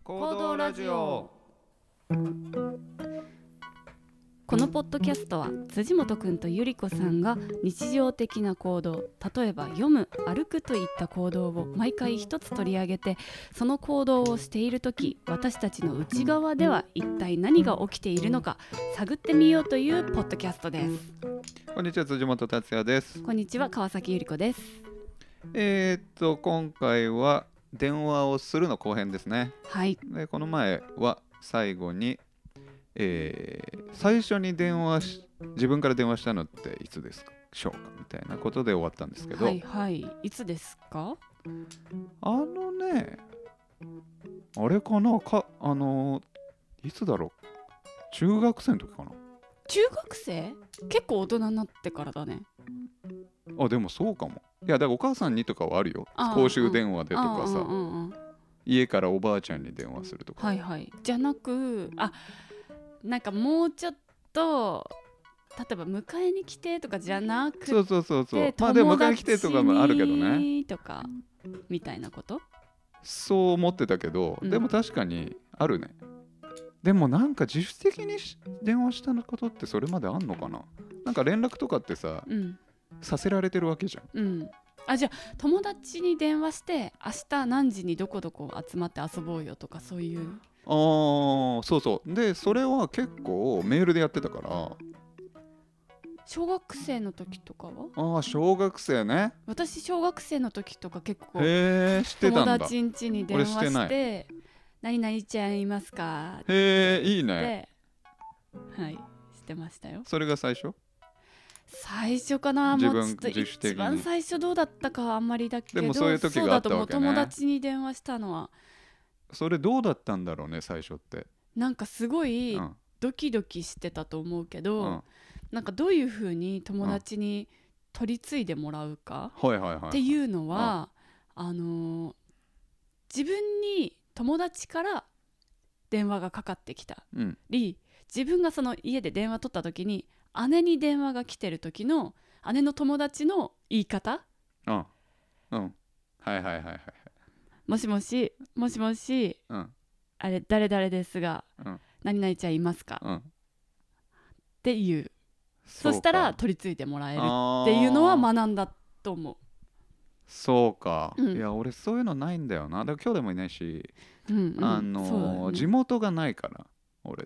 行動ラジオ。 このポッドキャストは辻本くんとゆりこさんが日常的な行動、例えば読む、歩くといった行動を毎回一つ取り上げて、その行動をしているとき、私たちの内側では一体何が起きているのか探ってみようというポッドキャストです。 こんにちは、辻本達也です。 こんにちは、川崎ゆりこです。 今回は電話をするの後編ですね。 はい。 でこの前は最後に、最初に自分から電話したのっていつですかしょうかみたいなことで終わったんですけど、 はいはい、いつですか？ あれかな、いつだろう、中学生の時かな。 中学生？結構大人になってからだね。 あ、でもそうかも。いや、だからお母さんにとかはあるよ。公衆電話でとかさ、家からおばあちゃんに電話するとか。 はいはい。じゃなく、なんかもうちょっと、例えば迎えに来てとかじゃなくて、 そうまあでも迎えに来てとかもあるけどねとかみたいなこと。 そう思ってたけど、でも確かにあるね。でもなんか自主的に電話したことってそれまであんのかな。なんか連絡とかってさ、させられてるわけじゃん。 じゃあ友達に電話して明日何時にどこどこ集まって遊ぼうよとか、そういう。 そうで、それは結構メールでやってたから。 小学生の時とかは？ 小学生ね。 私小学生の時とか結構してたんだ。 友達ん家に電話して何々ちゃんいますかっていいね。 はい、してましたよ。 それが最初かな。 自もうちょっと一番最初どうだったかあんまりだけど、 でもそういう時があったわけね。 友達に電話したのは。 それどうだったんだろうね、最初って。 なんかすごいドキドキしてたと思うけど、なんかどういう風に友達に取り継いでもらうかっていうのは、自分に友達から電話がかかってきたり、自分がその家で電話取った時に姉に電話が来てる時の姉の友達の言い方、もしもし、あれ誰々ですが、何々ちゃんいますか、っていう。そしたら取り継いでもらえるっていうのは学んだと思う。 そうか、いや俺そういうのないんだよな。だから今日でもいないし、地元がないから俺って。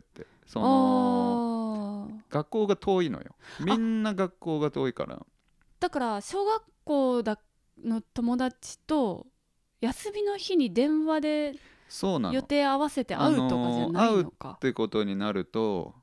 学校が遠いのよ。みんな学校が遠いから。 だから小学校の友達と休みの日に電話で予定合わせて会うとかじゃないのか。 会うってことになると、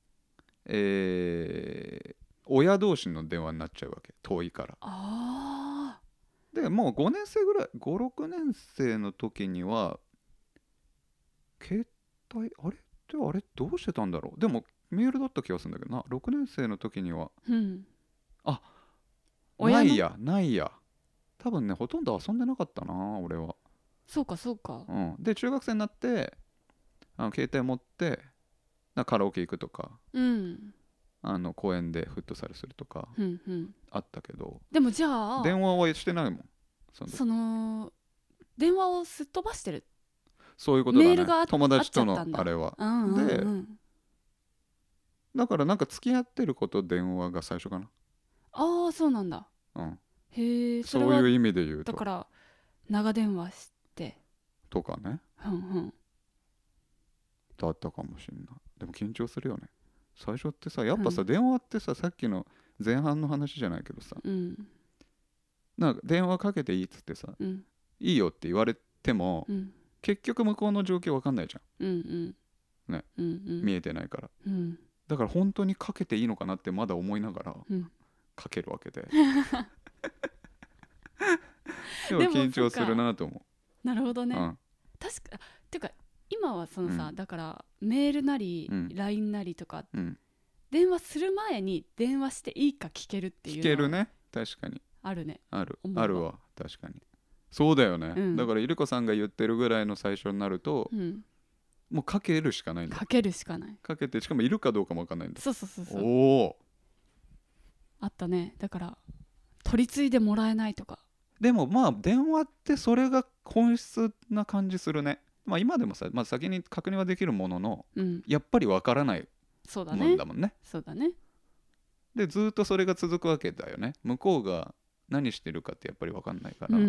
親同士の電話になっちゃうわけ、遠いから。でもう5年生ぐらい、5、6年生の時には携帯あれどうしてたんだろう。でもメールだった気がするんだけどな。6年生の時には、ないや多分ね、ほとんど遊んでなかったな俺は。 そうか、 で中学生になって携帯持ってカラオケ行くとか、公園でフットサルするとかあったけど、 でもじゃあ電話はしてないもん。 その電話をすっ飛ばしてる。 そういうことだね。 メールが友達とのあれは。でだからなんか付き合ってること電話が最初かな。 そうなんだ。へえ。 そういう意味で言うとだから長電話してとかね、だったかもしれない。でも緊張するよね最初ってさ。やっぱさ、電話ってさ、さっきの前半の話じゃないけどさ、なんか電話かけていいっつってさ、いいよって言われても、結局向こうの状況わかんないじゃん。ね、見えてないから、だから本当にかけていいのかなってまだ思いながらかけるわけででも緊張するなと思う。 なるほどね。確かっていうか今はそのさ、だからメールなり LINE なりとか、電話する前に電話していいか聞けるっていうの。聞けるね。 確かにあるね。 あるわ。確かにそうだよね。だからゆりこさんが言ってるぐらいの最初になると、もうかけるしかないんだ。 かけるしかない。 かけて、しかもいるかどうかも分かんないんだ。 そうあったね。だから取り継いでもらえないとか。 でもまあ電話ってそれが本質な感じするね。 まあ、今でもさ、まあ、先に確認はできるものの、 うん、 やっぱり分からないそうだもんだもんね。 そうだね。 でずっとそれが続くわけだよね。向こうが何してるかってやっぱり分かんないから、 うんうん、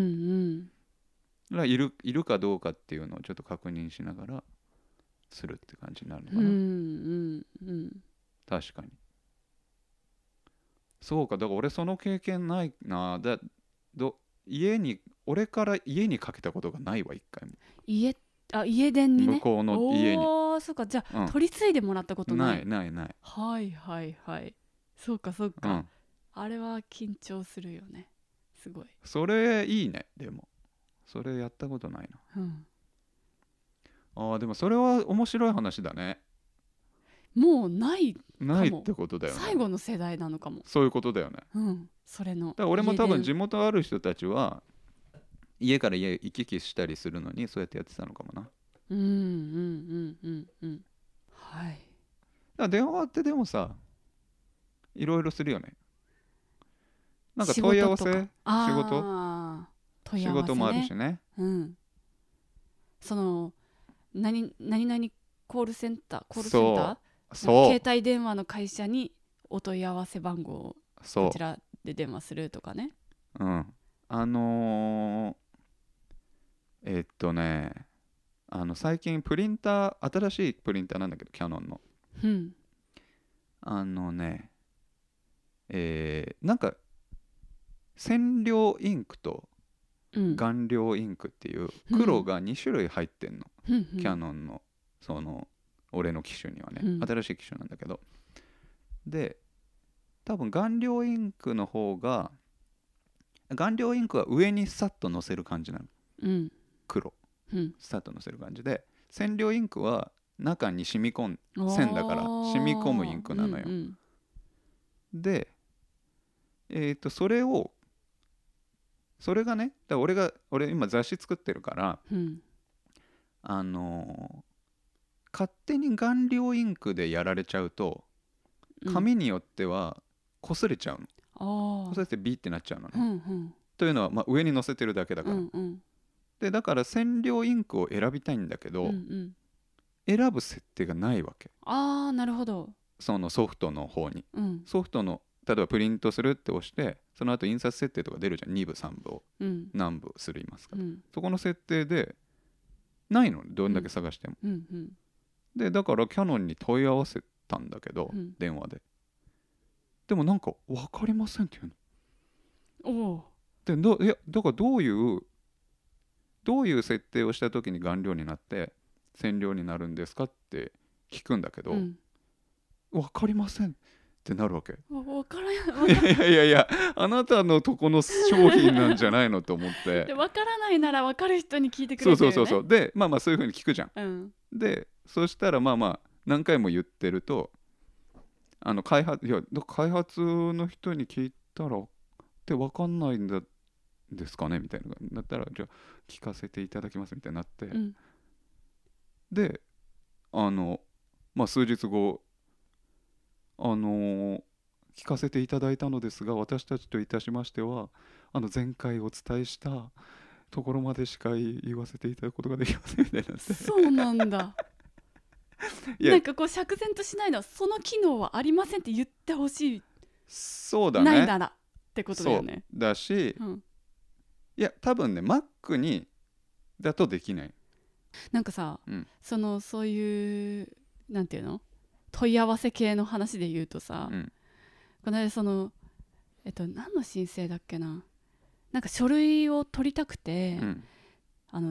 だからいるかどうかっていうのをちょっと確認しながらするって感じになるのかな。 うんうんうん、 確かに。そうか、だから俺その経験ないな。俺から家にかけたことがないわ、一回も。 家電にね。 向こうの家に。 おー、そうか。じゃあ、 うん、 取り継いでもらったことない。 ない。 はいはいはい。そうかそうか、 うん、 あれは緊張するよね、すごい。 それいいね。でもそれやったことないな。 うん、 でもそれは面白い話だね。 もうないかも。 ないってことだよね。 最後の世代なのかも。 そういうことだよね。 うん、それの。 だから俺も多分地元。 元ある人たちは家から家行き来したりするのにそうやってやってたのかもな。だかうんうんうんうんうん。はい。 ら電話ってでもさ、いろいろするよね。なんか仕問い合わせ、 事とか。 仕事、 問い合わせね。 仕事もあるしね。 うん。その何々コールセンターそう携帯電話の会社にお問い合わせ番号をこちらで電話するとかね。 うん。最近新しいプリンターなんだけど、キヤノンの。 うん。 なんか染料インクとうん顔料インクっていう黒が2種類入ってんの、 うんキヤノンの俺の機種にはね、新しい機種なんだけど、で多分顔料インクは上にさっと乗せる感じなの、 うん、 黒、 うん、 さっと乗せる感じで、染料インクは中に染み込ん線だから染み込むインクなのよ、 うんうん、 でそれがね、だから俺今雑誌作ってるから、 うん、 勝手に顔料インクでやられちゃうと紙によっては擦れちゃうの、擦れてビーってなっちゃうのね、 うんうん、というのは、まあ、上に乗せてるだけだから、 うんうん、 でだから染料インクを選びたいんだけど、 うんうん、 選ぶ設定がないわけ。 なるほど。 そのソフトの方に、 うん、 ソフトの例えばプリントするって押してその後印刷設定とか出るじゃん、2部3部を、 うん、 何部するいますか、 うん、 そこの設定でないの、どんだけ探しても、 うんうん、 でだからキヤノンに問い合わせたんだけど、電話でもなんか分かりませんって言うの。でだからどういう設定をした時に顔料になって染料になるんですかって聞くんだけど、分かりませんってなるわけ。 分からないいやあなたのとこの商品なんじゃないのと思ってで分からないなら分かる人に聞いてくれるよね。 そうでまあそういう風に聞くじゃん、 うん、 でそしたらまあ何回も言ってると開発の人に聞いたらって分かんないんですかねみたいなだったらじゃあ聞かせていただきますみたいになって、うん、でまあ数日後聞かせていただいたのですが私たちといたしましては前回お伝えしたところまでしか言わせていただくことができませんみたいな。 そうなんだなんかこう釈然としないのはその機能はありませんって言ってほしい。 そうだね、 ないならってことだよね。 そうだし、 うん、 いや多分ね Mac にだとできない。 なんかさ、 うん、 そういうなんていうの問い合わせ系の話で言うとさ、うん、この間何の申請だっけな、なんか書類を取りたくて、うん、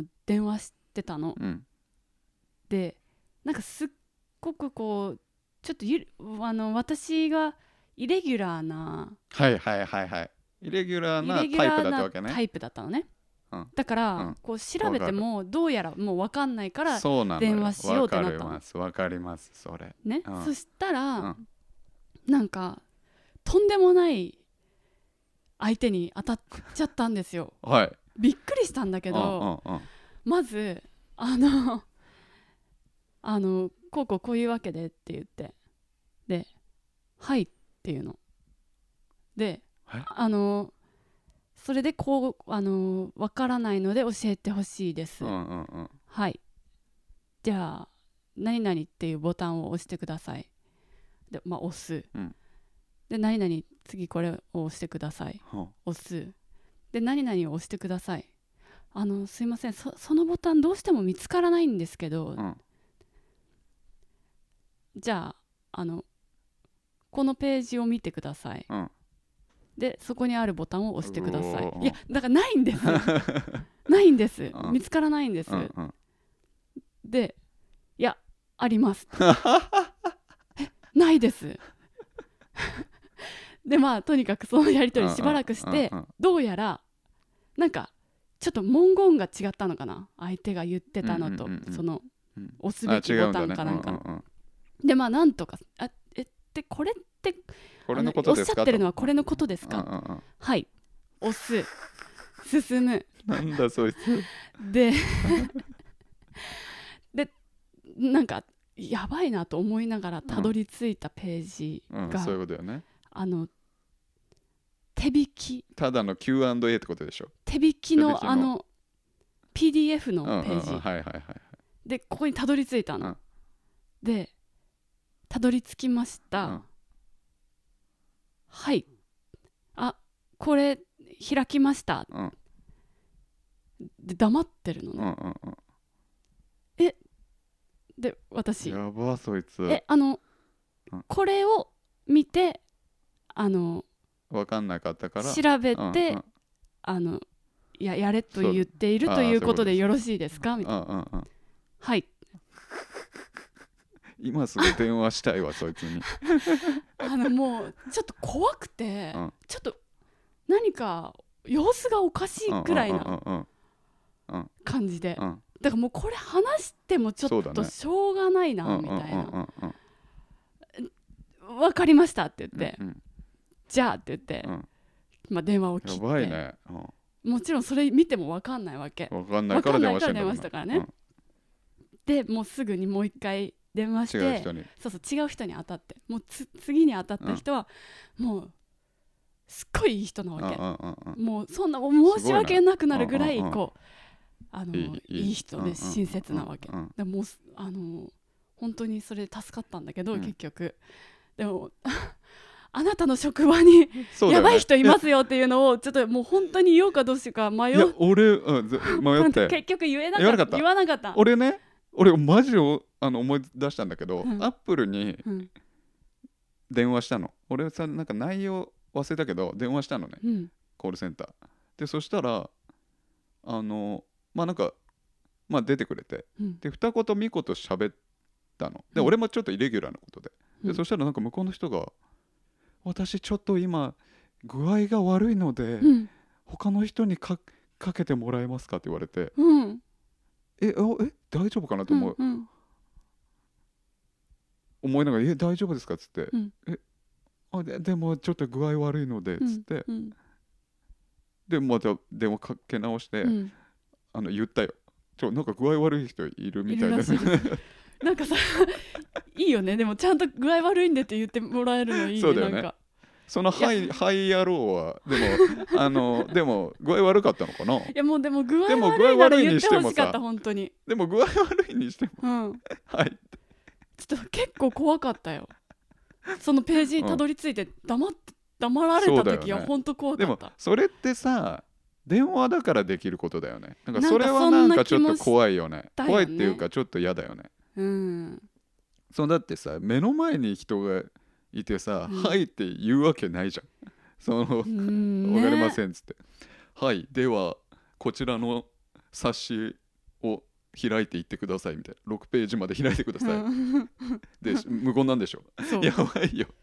電話してたの、うん、でなんかすっごくこうちょっと私がイレギュラーなイレギュラーなタイプだったわけね。 タイプだったのね、うん、だから、 うん、 こう調べてもどうやらもう分かんないから電話しようってなったの。 わかりますそれね、うん、そしたら、なんかとんでもない相手に当たっちゃったんですよ。 はい、 びっくりしたんだけど、まずこういうわけでって言って、ではいっていうので、それでこうわからないので教えてほしいです、はいじゃあ何々っていうボタンを押してください。で、押す、で何々次これを押してください、押す。で何々を押してください。すいません、そのボタンどうしても見つからないんですけど、じゃあこのページを見てください、でそこにあるボタンを押してください。いやだからないんですないんです、見つからないんです、でいやありますないですでとにかくそのやり取りしばらくして、どうやらなんかちょっと文言が違ったのかな、相手が言ってたのと、その押すべきボタンかなんか、でなんとかこれってこれのことですか、 おっしゃってるのはこれのことですか、はい押す進むなんだそいつでなんかやばいなと思いながらたどり着いたページが、 そういうことよね。 手引き、 ただの Q&A ってことでしょ。 手引きのPDF のページ、でここにたどり着いたの、でたどり着きました、はいこれ開きました、で黙ってるのね、で私やばそいつこれを見て分かんなかったから調べて、やれと言っているということでよろしいですかみたいな、はい今すぐ電話したいわそいつにもうちょっと怖くて、ちょっと何か様子がおかしいくらいな感じで、だからもうこれ話してもちょっとしょうがないなみたいな、分かりましたって言って、じゃあって言って、電話を切って、 やばいね、 もちろんそれ見ても分かんないわけ、 分かんないから電話したからね、でもうすぐにもう一回電話して、違う人に当たって、もう次に当たった人はもうすっごいいい人なわけ、もうそんな申し訳なくなるぐらいこういい人で親切なわけ、でも本当にそれで助かったんだけど、結局でもあなたの職場にやばい人いますよっていうのをちょっともう本当に言おうかどうしようか迷って、 俺、迷って結局言わなかった。 俺マジを思い出したんだけど、アップルに電話したの。俺さなんか内容忘れたけど電話したのね、コールセンターで。そしたらなんか出てくれて、で二言三言喋ったので、俺もちょっとイレギュラーなことで、そしたらなんか向こうの人が、私ちょっと今具合が悪いので、他の人にかけてもらえますかって言われて、大丈夫かなと思いながら、大丈夫ですかっつって、でもちょっと具合悪いのでっつって、でまた電話かけ直して、言ったよ、なんか具合悪い人いるみたいですなんかさいいよね、でもちゃんと具合悪いんでって言ってもらえるのいいね。 そうだよね、なんかそのハイ野郎はでも具合悪かったのかな。いやもうでも具合悪いにしてもさ、本当にでも具合悪いにしても、はいちょっと結構怖かったよ。そのページにたどり着いて黙られた時は本当怖かった。 でもそれってさ電話だからできることだよね。なんかそれはなんかちょっと怖いよね。怖いっていうかちょっと嫌だよね。そうだってさ目の前に人がいてさ、はいって言うわけないじゃん。わかりませんっつって、はいではこちらの冊子を開いていってくださいみたいな、6ページまで開いてくださいで無言なんでしょ。やばいよ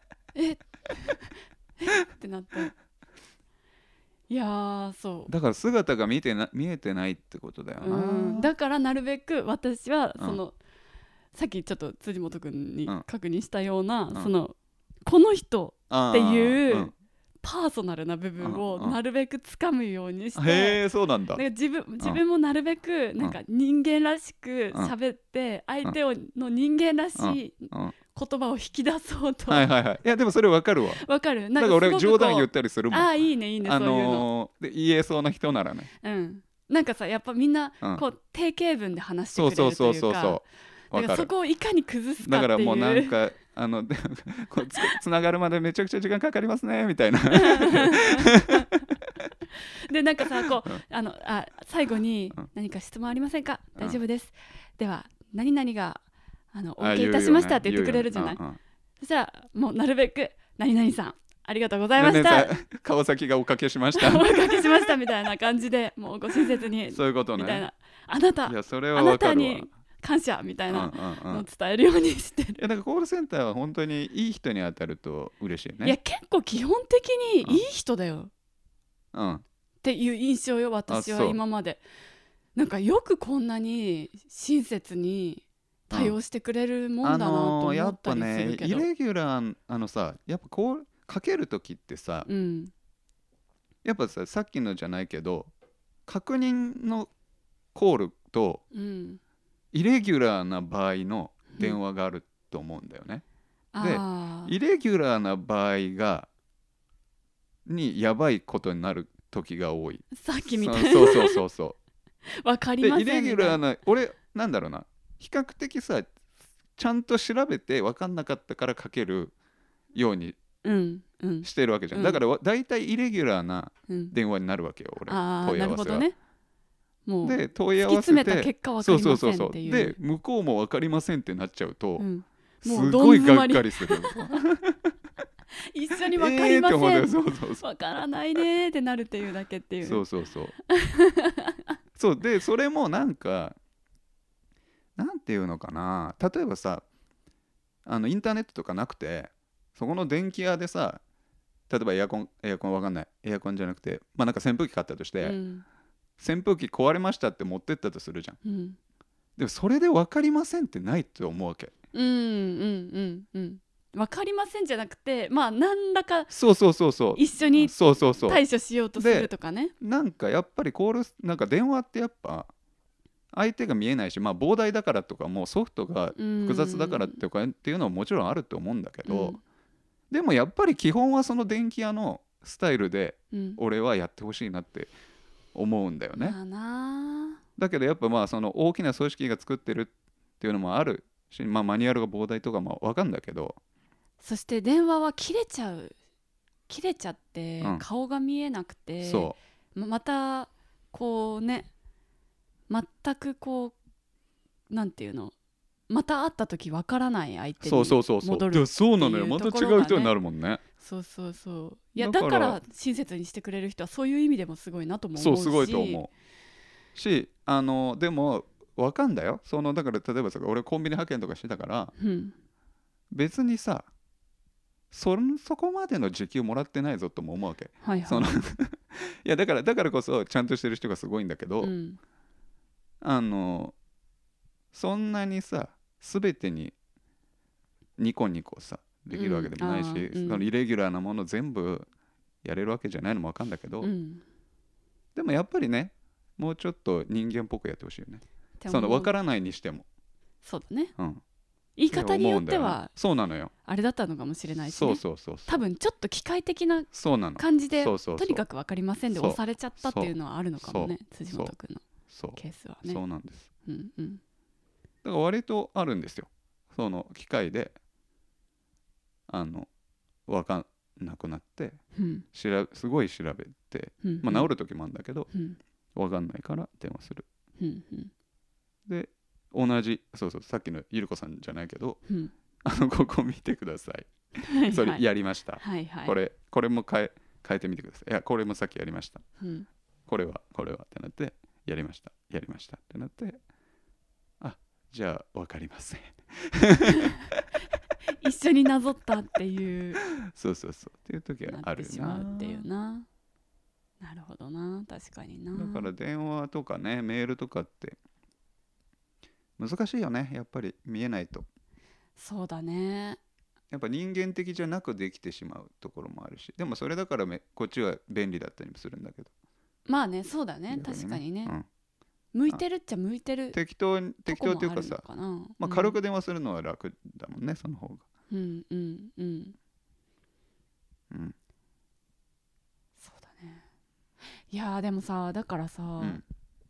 ってなって、いやそうだから姿が見えてないってことだよな。 だからなるべく私はさっきちょっと辻本くんに確認したような、この人っていうパーソナルな部分をなるべくつかむようにして、 そうなんだ。 自分もなるべくなんか人間らしく喋って相手の人間らしい言葉を引き出そうと。 いやでもそれ分かるわ。 分かる。 なんか俺冗談言ったりするもん。 いいねそういうの。 で言えそうな人ならね。 なんかさやっぱみんなこう定型文で話してくれるというか、 そうだからそこをいかに崩すかっていう。 だからもうなんかこうつながるまでめちゃくちゃ時間かかりますねみたいなでなんかさこう最後に何か質問ありませんか、大丈夫です、では何々がお受けいたしましたって言ってくれるじゃない、そしたらもうなるべく何々さんありがとうございました、 川崎がおかけしましたおかけしましたみたいな感じでもうご親切にそういうことねみたいな、あなたいやそれは分かるわ、 あなたに感謝みたいなのを伝えるようにしてる。 いやだからコールセンターは本当にいい人に当たると嬉しいね。 いや結構基本的にいい人だよ、っていう印象よ私は今まで。なんかよくこんなに親切に対応してくれるもんだなと思ったりするけど、 やっぱねイレギュラーさやっぱこうかける時ってさ、やっぱさっきのじゃないけど確認のコールと、イレギュラーな場合の電話があると思うんだよね、でイレギュラーな場合にやばいことになる時が多い。 さっきみたいなそうわかりませんでイレギュラーな俺なんだろうな比較的さちゃんと調べて分かんなかったからかけるようにしてるわけじゃん、だからだいたいイレギュラーな電話になるわけよ、俺問い合わせは。 もうで問い合わせて突き詰めた結果分かりませんっていう、 で向こうも分かりませんってなっちゃうと、 すごいがっかりする一緒に分かりません、分からないねってなるっていうだけっていう、 そうでそれもなんかなんていうのかな、例えばさインターネットとかなくてそこの電気屋でさ例えばエアコンわかんないエアコンじゃなくてなんか扇風機買ったとして、扇風機壊れましたって持ってったとするじゃん、でもそれで分かりませんってないって思うわけ。 分かりませんじゃなくて何らか一緒に対処しようとするとかね。 なんかやっぱりなんか電話ってやっぱ相手が見えないし、膨大だからとかもうソフトが複雑だからとかっていうのはもちろんあると思うんだけど、でもやっぱり基本はその電気屋のスタイルで俺はやってほしいなって思うんだよね、だけどやっぱその大きな組織が作ってるっていうのもあるし、マニュアルが膨大とかも分かんだけど、 そして電話は切れちゃって顔が見えなくて、またこうね全くこうなんていうのまた会った時わからない相手に戻る、 そうなのよ、また違う人になるもんね。 いやだから親切にしてくれる人はそういう意味でもすごいなとも思うし、 すごいと思うし、でもわかんだよ、だから例えばさ俺コンビニ派遣とかしてたから、別にさそこまでの時給もらってないぞとも思うわけ、いやだからこそちゃんとしてる人がすごいんだけど、そんなにさ全てにニコニコさできるわけでもないし、そのイレギュラーなもの全部やれるわけじゃないのも分かんだけど、でもやっぱりねもうちょっと人間っぽくやってほしいよね、分からないにしても。 そうだね、言い方によってはそうなのよ、 あれだったのかもしれないしね、多分ちょっと機械的な感じでとにかく分かりませんで押されちゃったっていうのはあるのかもね、辻本くんのケースはね。 そうなんです、だから割とあるんですよ、その機械で分かんなくなって、すごい調べて、治る時もあるんだけど、分かんないから電話する、で同じさっきのゆるこさんじゃないけど、ここ見てください、それやりました、これも変えてみてください、いやこれもさっきやりました、これはってなってやりましたってなって、じゃあ分かりません一緒になぞったっていうっていう時はあるなってしまうっていうな。なるほどな、確かにな。 だから電話とかねメールとかって難しいよね、やっぱり見えないと。 そうだね、 やっぱ人間的じゃなくできてしまうところもあるし、でもそれだからこっちは便利だったりもするんだけど、 そうだね、確かにね、向いてるっちゃ向いてる、 適当っていうかさ、軽く電話するのは楽だもんね、その方が。 そうだね。いやでもさだからさ、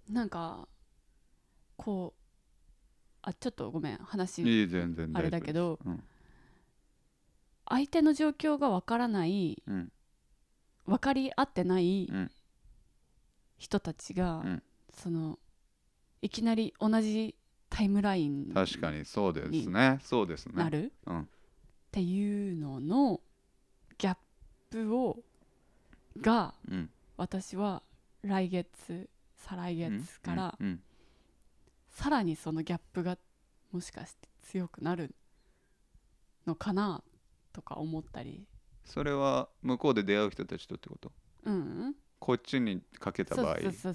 なんかこうちょっとごめん話いい全然あれだけど、 うん、 相手の状況がわからない、 うん、 分かり合ってないうん人たちが、 うん、 そのいきなり同じタイムライン確かにそうですね、そうですね、 なる、 うん、 っていうののギャップが、 うん、 私は再来月から、 うんうん、 さらにそのギャップがもしかして強くなるのかなとか思ったり。 それは向こうで出会う人たちとってこと？ うん、 こっちにかけた場合、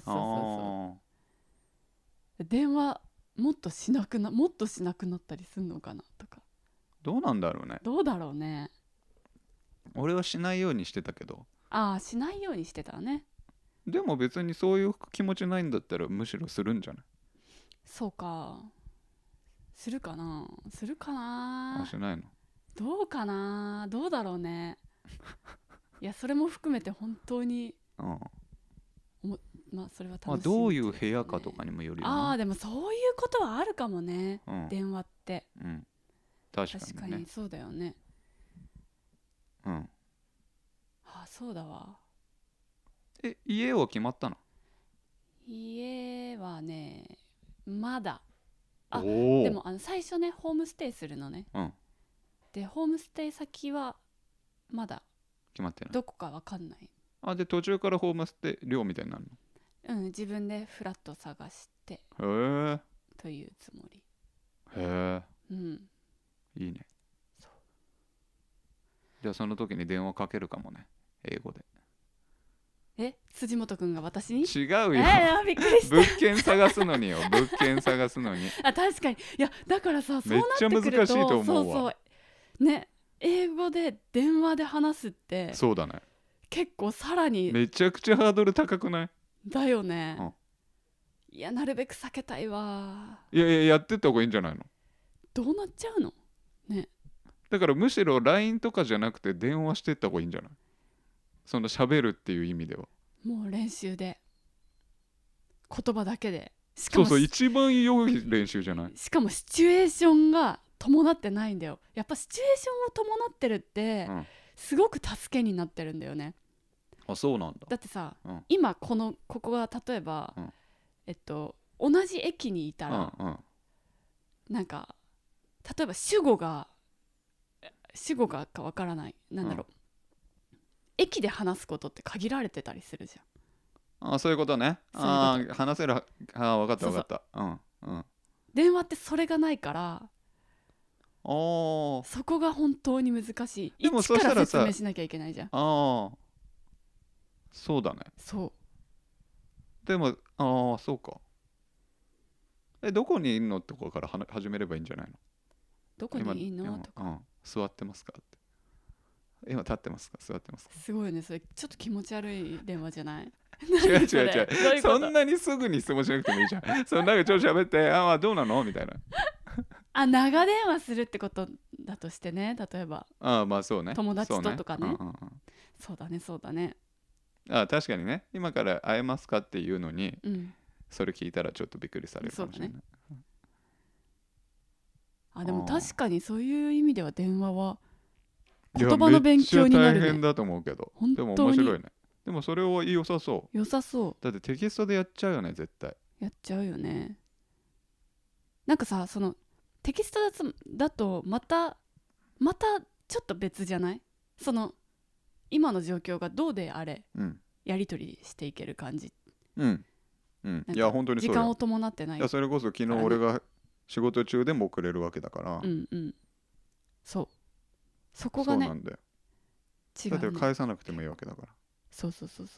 電話もっとしなくなったりすんのかなとか。 どうなんだろうね。 どうだろうね。 俺はしないようにしてたけど。 しないようにしてたね。 でも別にそういう気持ちないんだったらむしろするんじゃない？ そうか。するかな。 しないの？ どうかな。どうだろうね。いや、それも含めて本当に、まあそれは楽しみ、 どういう部屋かとかにもよるよな。 でもそういうことはあるかもね、電話って、 確かにね。 そうだよね。そうだわ。 家は決まったの？ 家はねまだ。 でも最初ねホームステイするのね、でホームステイ先はまだ決まってない。 どこかわかんない。 で途中からホームステイ寮みたいになるの？自分でフラット探してというつもり。 へえ、いいね。じゃあその時に電話かけるかもね、英語で。 辻本くんが私に？ 違うよ、 びっくりした。 物件探すのによ、物件探すのに。 確かに。いやだからさ、そうめっちゃなってくると難しいと思うわ。 そうね、英語で電話で話すって、 そうだね、 結構さらにめちゃくちゃハードル高くない？ だよね、いやなるべく避けたいわ。 いややってった方がいいんじゃないの？ どうなっちゃうのね。 だからむしろ LINE とかじゃなくて電話してった方がいいんじゃない？その喋るっていう意味では。 もう練習で、言葉だけで。 そう一番良い練習じゃない？ しかもシチュエーションが伴ってないんだよ。やっぱシチュエーションを伴ってるって、すごく助けになってるんだよね。 そうなんだ。 だってさ、今ここが例えば、同じ駅にいたら、なんか例えば主語がかわからない、なんだろう、駅で話すことって限られてたりするじゃん。 そういうことね。話せる。分かった分かった。 電話ってそれがないから、そこが本当に難しい。 でもそしたらさ、 一から説明しなきゃいけないじゃん。 そうだね。 そうでもそうか。どこにいるのとかから始めればいいんじゃないの？ どこにいるのとか、 座ってますかって、今立ってますか、座ってますか。 すごいよね。それちょっと気持ち悪い電話じゃない？ 違うそんなにすぐに質問しなくてもいいじゃん。そのなんかちょっと喋ってどうなのみたいな。 長電話するってことだとしてね、例えばそうね、 友達ととかね。そうだね。 確かにね、今から会えますかっていうのに、それ聞いたらちょっとびっくりされるかもしれない。 でも確かにそういう意味では電話は言葉の勉強になるね。 めっちゃ大変だと思うけど、でも面白いね。でもそれは良さそう。だってテキストでやっちゃうよね、絶対。 やっちゃうよね。なんかさ、そのテキストだとまたちょっと別じゃない？その今の状況がどうであれ、やり取りしていける感じ。 いや本当にそうよ。 時間を伴ってない。 いやそれこそ昨日俺が仕事中でも送れるわけだから。 そこがね。 そうなんだよ。だって返さなくてもいいわけだから。 そう。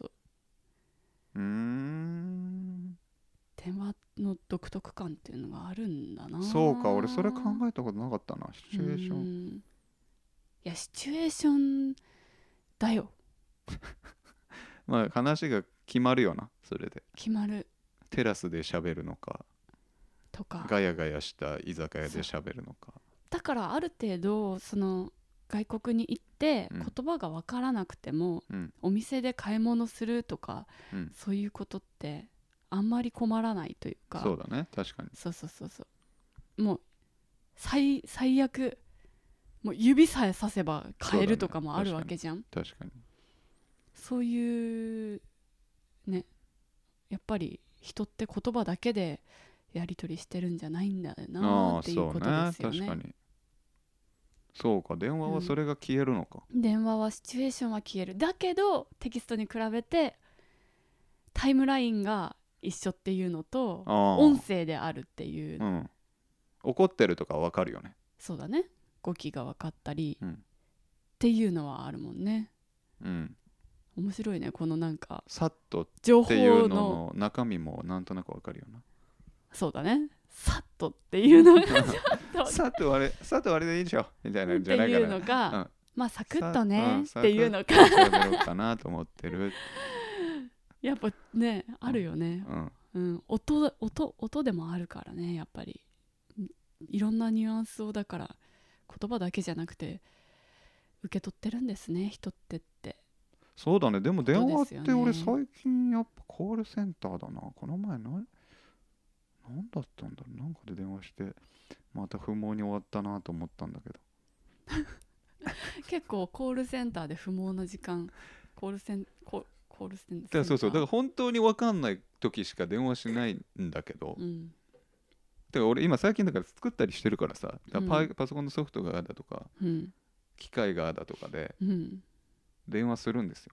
電話の独特感っていうのがあるんだな。 そうか、俺それ考えたことなかったな。シチュエーション。 いやシチュエーションだよ。 話が決まるよな、それで。 決まる。 テラスで喋るのかとか、 ガヤガヤした居酒屋で喋るのか。 だからある程度その外国に行って言葉が分からなくても、お店で買い物するとか、そういうことってあんまり困らないというか。 そうだね、確かに。 そうもう最悪もう指さえさせば変えるとかもあるわけじゃん。 確かに。 そういうね、やっぱり人って言葉だけでやり取りしてるんじゃないんだよなっていうことですよね。 確かに。そうか、電話はそれが消えるのか。 電話はシチュエーションは消える。だけどテキストに比べてタイムラインが一緒っていうのと音声であるっていう、 怒ってるとか分かるよね。 そうだね、語気が分かったり、っていうのはあるもんね。面白いね、このなんかさっとっていうのの中身もなんとなく分かるよな。 そうだね、さっとっていうのがさっとあれでいいでしょみたいなんじゃないかな。 っていうのが、まあサクッとねっていうのか喋ろうかなと思ってる。 やっぱね、あるよね。音でもあるからね、やっぱりいろんなニュアンスをだから言葉だけじゃなくて受け取ってるんですね、人ってって。 そうだね。でも電話って俺最近やっぱコールセンターだな。この前何だったんだろう。なんかで電話してまた不毛に終わったなと思ったんだけど結構コールセンターで不毛な時間、コールセンター、 そうだから本当に分かんない時しか電話しないんだけど、だから俺今最近だから作ったりしてるからさ、パソコンのソフトがだとか、機械がだとかで電話するんですよ。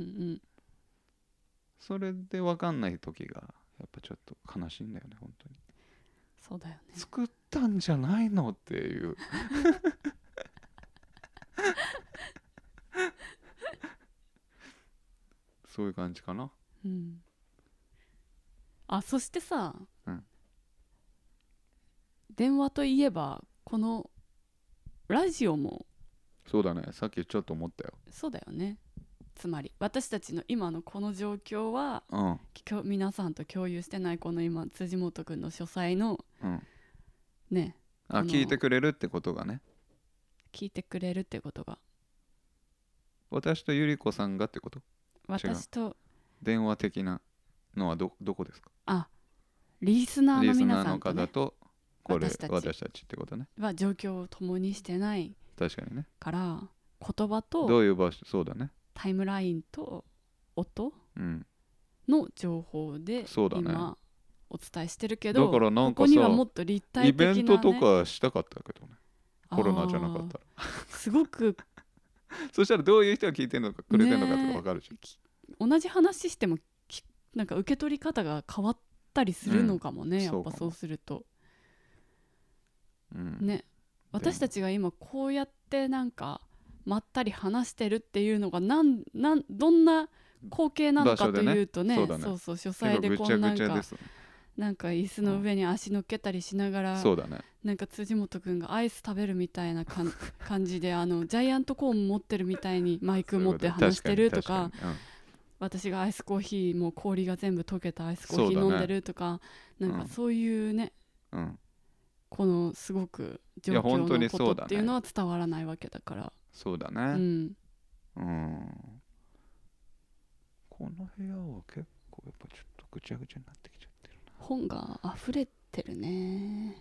それで分かんない時がやっぱちょっと悲しいんだよね、本当に。 そうだよね。 作ったんじゃないのっていうそういう感じかな。 そしてさ、電話といえばこのラジオもそうだね、さっきちょっと思ったよ。 そうだよね。つまり私たちの今のこの状況は、皆さんと共有してないこの今辻本くんの書斎の、ね、 聞いてくれるってことがね、 聞いてくれるってことが私とゆり子さんがってこと。 私と電話的なのはどこですか。 リスナーの皆さんと、ね、 リスナーの方とこれ私たちってことね。 は状況を共にしてない確かにね。 から言葉とどういう場所、そうだね、 タイムラインと音の情報で今お伝えしてるけど、 だからなんかさ、 ここにはもっと立体的な、ね、 イベントとかしたかったけどね、コロナじゃなかったらすごくそしたらどういう人が聞いてるのかくれてるのかとか分かるじゃん。同じ話してもなんか受け取り方が変わったりするのかもね、やっぱそうすると、ね、私たちが今こうやってなんかまったり話してるっていうのがどんな光景なのかというとね、そう書斎でこうなんか椅子の上に足乗っけたりしながら、なんか辻本くんがアイス食べるみたいな感じでジャイアントコーン持ってるみたいにマイク持って話してるとか、私がアイスコーヒーもう氷が全部溶けたアイスコーヒー飲んでるとか、なんかそういうね、このすごく状況のことっていうのは伝わらないわけだから。 そうだね。この部屋は結構やっぱちょっとぐちゃぐちゃになってきちゃってるな。 本が溢れてるね。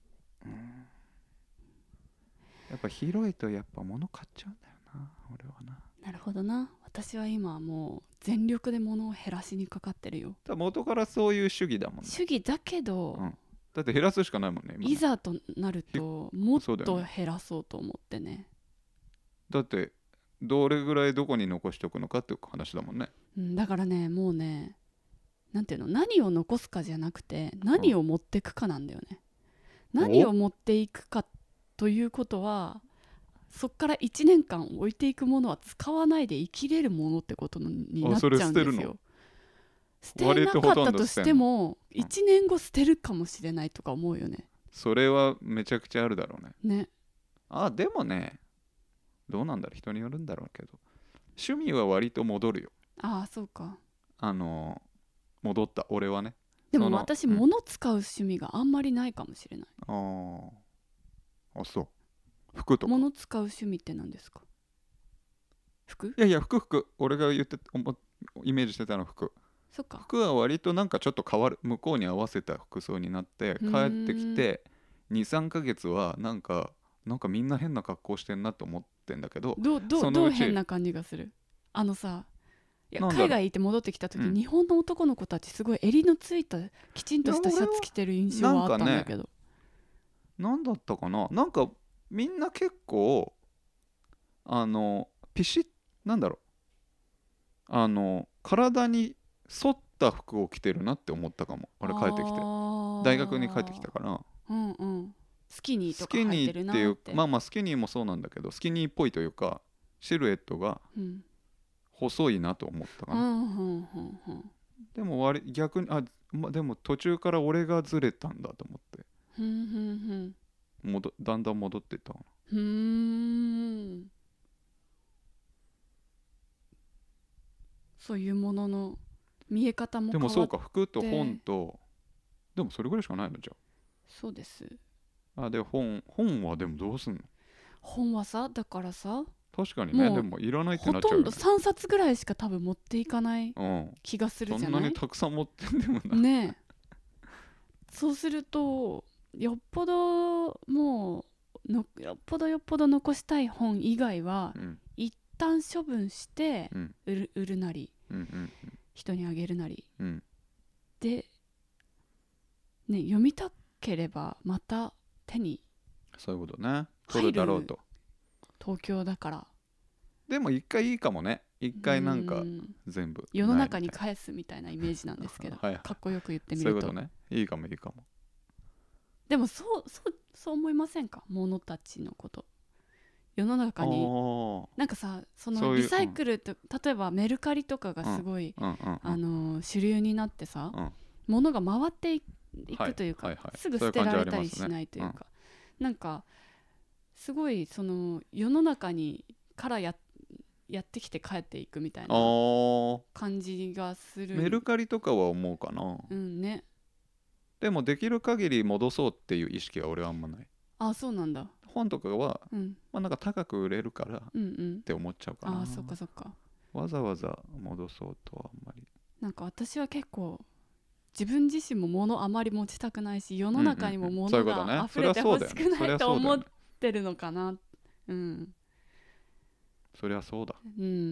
やっぱ広いとやっぱ物買っちゃうんだよな、俺はな。 なるほどな。私は今もう全力で物を減らしにかかってるよ。 元からそういう主義だもんね。 主義だけど、 だって減らすしかないもんね。 いざとなるともっと減らそうと思ってね。 だってどれぐらいどこに残しておくのかっていう話だもんね。 だからね、もうね、なんていうの、何を残すかじゃなくて何を持っていくかなんだよね。何を持っていくかということは、そっから1年間置いていくものは使わないで生きれるものってことになっちゃうんですよ。捨てなかったとしても1年後捨てるかもしれないとか思うよね。 それはめちゃくちゃあるだろうね。 ね。 でもね、どうなんだろう、人によるんだろうけど、趣味は割と戻るよ。 そうか。 戻った、俺はね。 でも私、物使う趣味があんまりないかもしれない。 そう。服とか。 物使う趣味って何ですか？服？ いや服。俺がイメージしてたの服。 そっか。 服は割となんかちょっと変わる、向こうに合わせた服装になって帰ってきて23ヶ月はなんかみんな変な格好してんなと思ってんだけど、 どう変な感じがする？さ、いや海外行って戻ってきた時、日本の男の子たちすごい襟のついたきちんとしたシャツ着てる印象はあったんだけど、 なんだったかな、なんかみんな結構ピシッ、なんだろう、体に沿った服を着てるなって思ったかも。俺帰ってきて大学に帰ってきたから、 スキニーとか履いてるなって。 スキニーっていう、まあスキニーもそうなんだけど、スキニーっぽいというかシルエットが細いなと思ったかな。でも逆にでも途中から俺がずれたんだと思ってだんだん戻っていったかな。 そういうものの見え方も変わって。 でもそうか、服と本と、でもそれぐらいしかないのじゃあ。 そうです。 で本はでもどうすんの？ 本はさ、だからさ、 確かにね、でもいらないってなっちゃうよね。 ほとんど3冊ぐらいしか多分持っていかない気がするじゃない？ そんなにたくさん持ってんでもなねえ。そうするとよっぽど残したい本以外は、一旦処分して売るなり、人にあげるなり、で、ね、読みたければまた手にそういうことね、取るだろうと。 東京だから。 でも一回いいかもね、一回なんか全部世の中に返すみたいなイメージなんですけどかっこよく言ってみると、 そういうことね、いいかも。 でもそう思いませんか？物たちのこと、世の中になんかさ、そのリサイクルって、例えばメルカリとかがすごい主流になってさ、物が回っていくというか、すぐ捨てられたりしないというか、なんかすごいその世の中にからやってきて帰っていくみたいな感じがする。 メルカリとかは思うかな。 ね。 でもできる限り戻そうっていう意識は俺はあんまない。 そうなんだ。 本とかは、なんか高く売れるからって思っちゃうかな。 そっかそっか。 わざわざ戻そうとはあんまり。 なんか私は結構自分自身も物あまり持ちたくないし、世の中にも物が溢れてほしくないと思ってるのかな。 そりゃそうだ。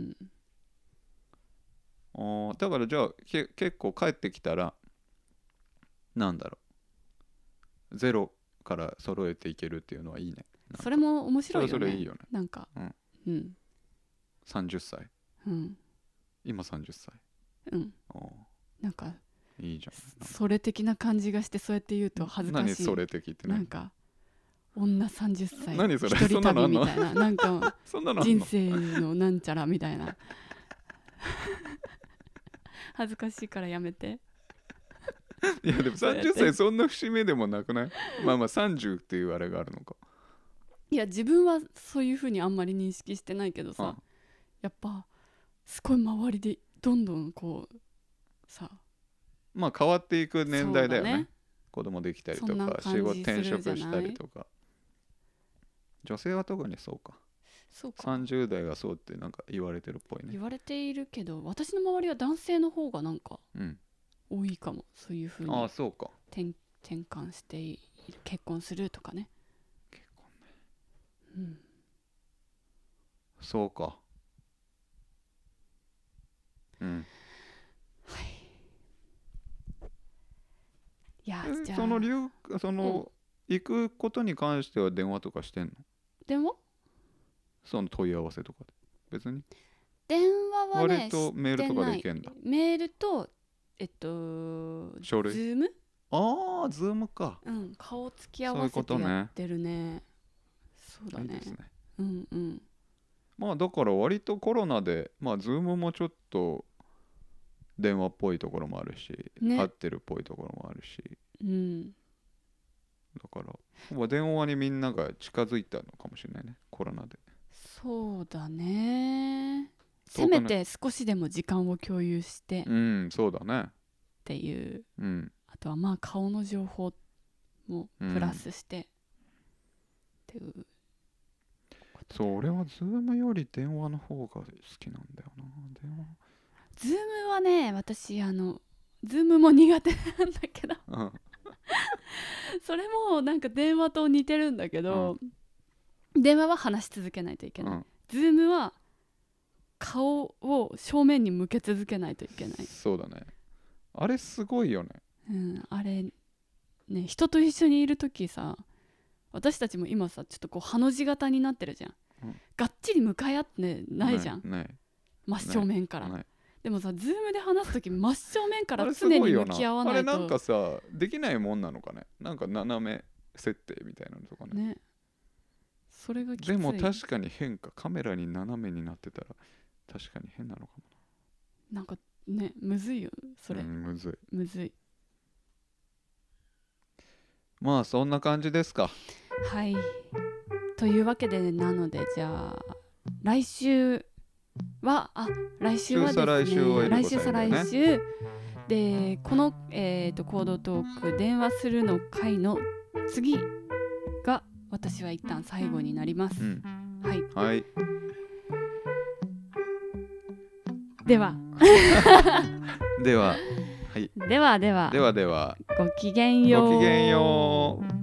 だからじゃあ結構帰ってきたらなんだろう、ゼロから揃えていけるっていうのはいいね。 それも面白いよね。 それいいよね。 なんか 30歳、今30歳、 なんかいいじゃん。 それ的な感じがして、そうやって言うと恥ずかしい。 何それ的ってね。 なんか女30歳何それ、 一人旅みたいな、なんか人生のなんちゃらみたいな恥ずかしいからやめて。 いやでも30歳そんな節目でもなくない？まあ30っていうあれがあるのか。 いや自分はそういう風にあんまり認識してないけどさ、やっぱすごい周りでどんどんこうさ、 まあ変わっていく年代だよね。子供できたりとか仕事転職したりとか。女性は特にそうか。30代がそうってなんか言われてるっぽいね。 言われているけど、私の周りは男性の方がなんか多いかも。そういう風にそうか、 転換して結婚するとかね。 結婚ね。そうか。 いやじゃあその行くことに関しては電話とかしてんの？ 電話？ その問い合わせとかで別に電話はね、 割とメールとかでいけんだ。 メールと書類。 ズーム？ ズームか。 顔つき合わせてやってるね。そうだね。いいですね。 まあだから割とコロナでズームもちょっと電話っぽいところもあるし、会ってるっぽいところもあるし、だから電話にみんなが近づいたのかもしれないね、コロナで。 そうだね。せめて少しでも時間を共有してそうだねっていう、あとはまあ顔の情報もプラスしてっていう、 そう、俺はズームより電話の方が好きなんだよな。 ズームはね、私ズームも苦手なんだけど、うん、それもなんか電話と似てるんだけど、うん、電話は話し続けないといけない、うん、ズームは顔を正面に向け続けないといけない。 そうだね、あれすごいよね。 うん、あれね、人と一緒にいるときさ、私たちも今さちょっとこうハの字型になってるじゃん、うん、がっちり向かい合ってないじゃん、真正面から。でもさ、ズームで話すとき真正面から常に向き合わないと。 あれなんかさできないもんなのかね、なんか斜め設定みたいなのとか ね。 それがきつい。 でも確かに変か、カメラに斜めになってたら確かに変なのかもな。なんかね、むずいよそれ、 うん、むずい。 まあそんな感じですか。 はい、というわけで、なのでじゃあ来週は来週はですね、来週再来週で、この、コードトーク電話するの回の次が私は一旦最後になります、うん、はい、はい、ではでは、はい、 ではごきげんよう。 ごきげんよう。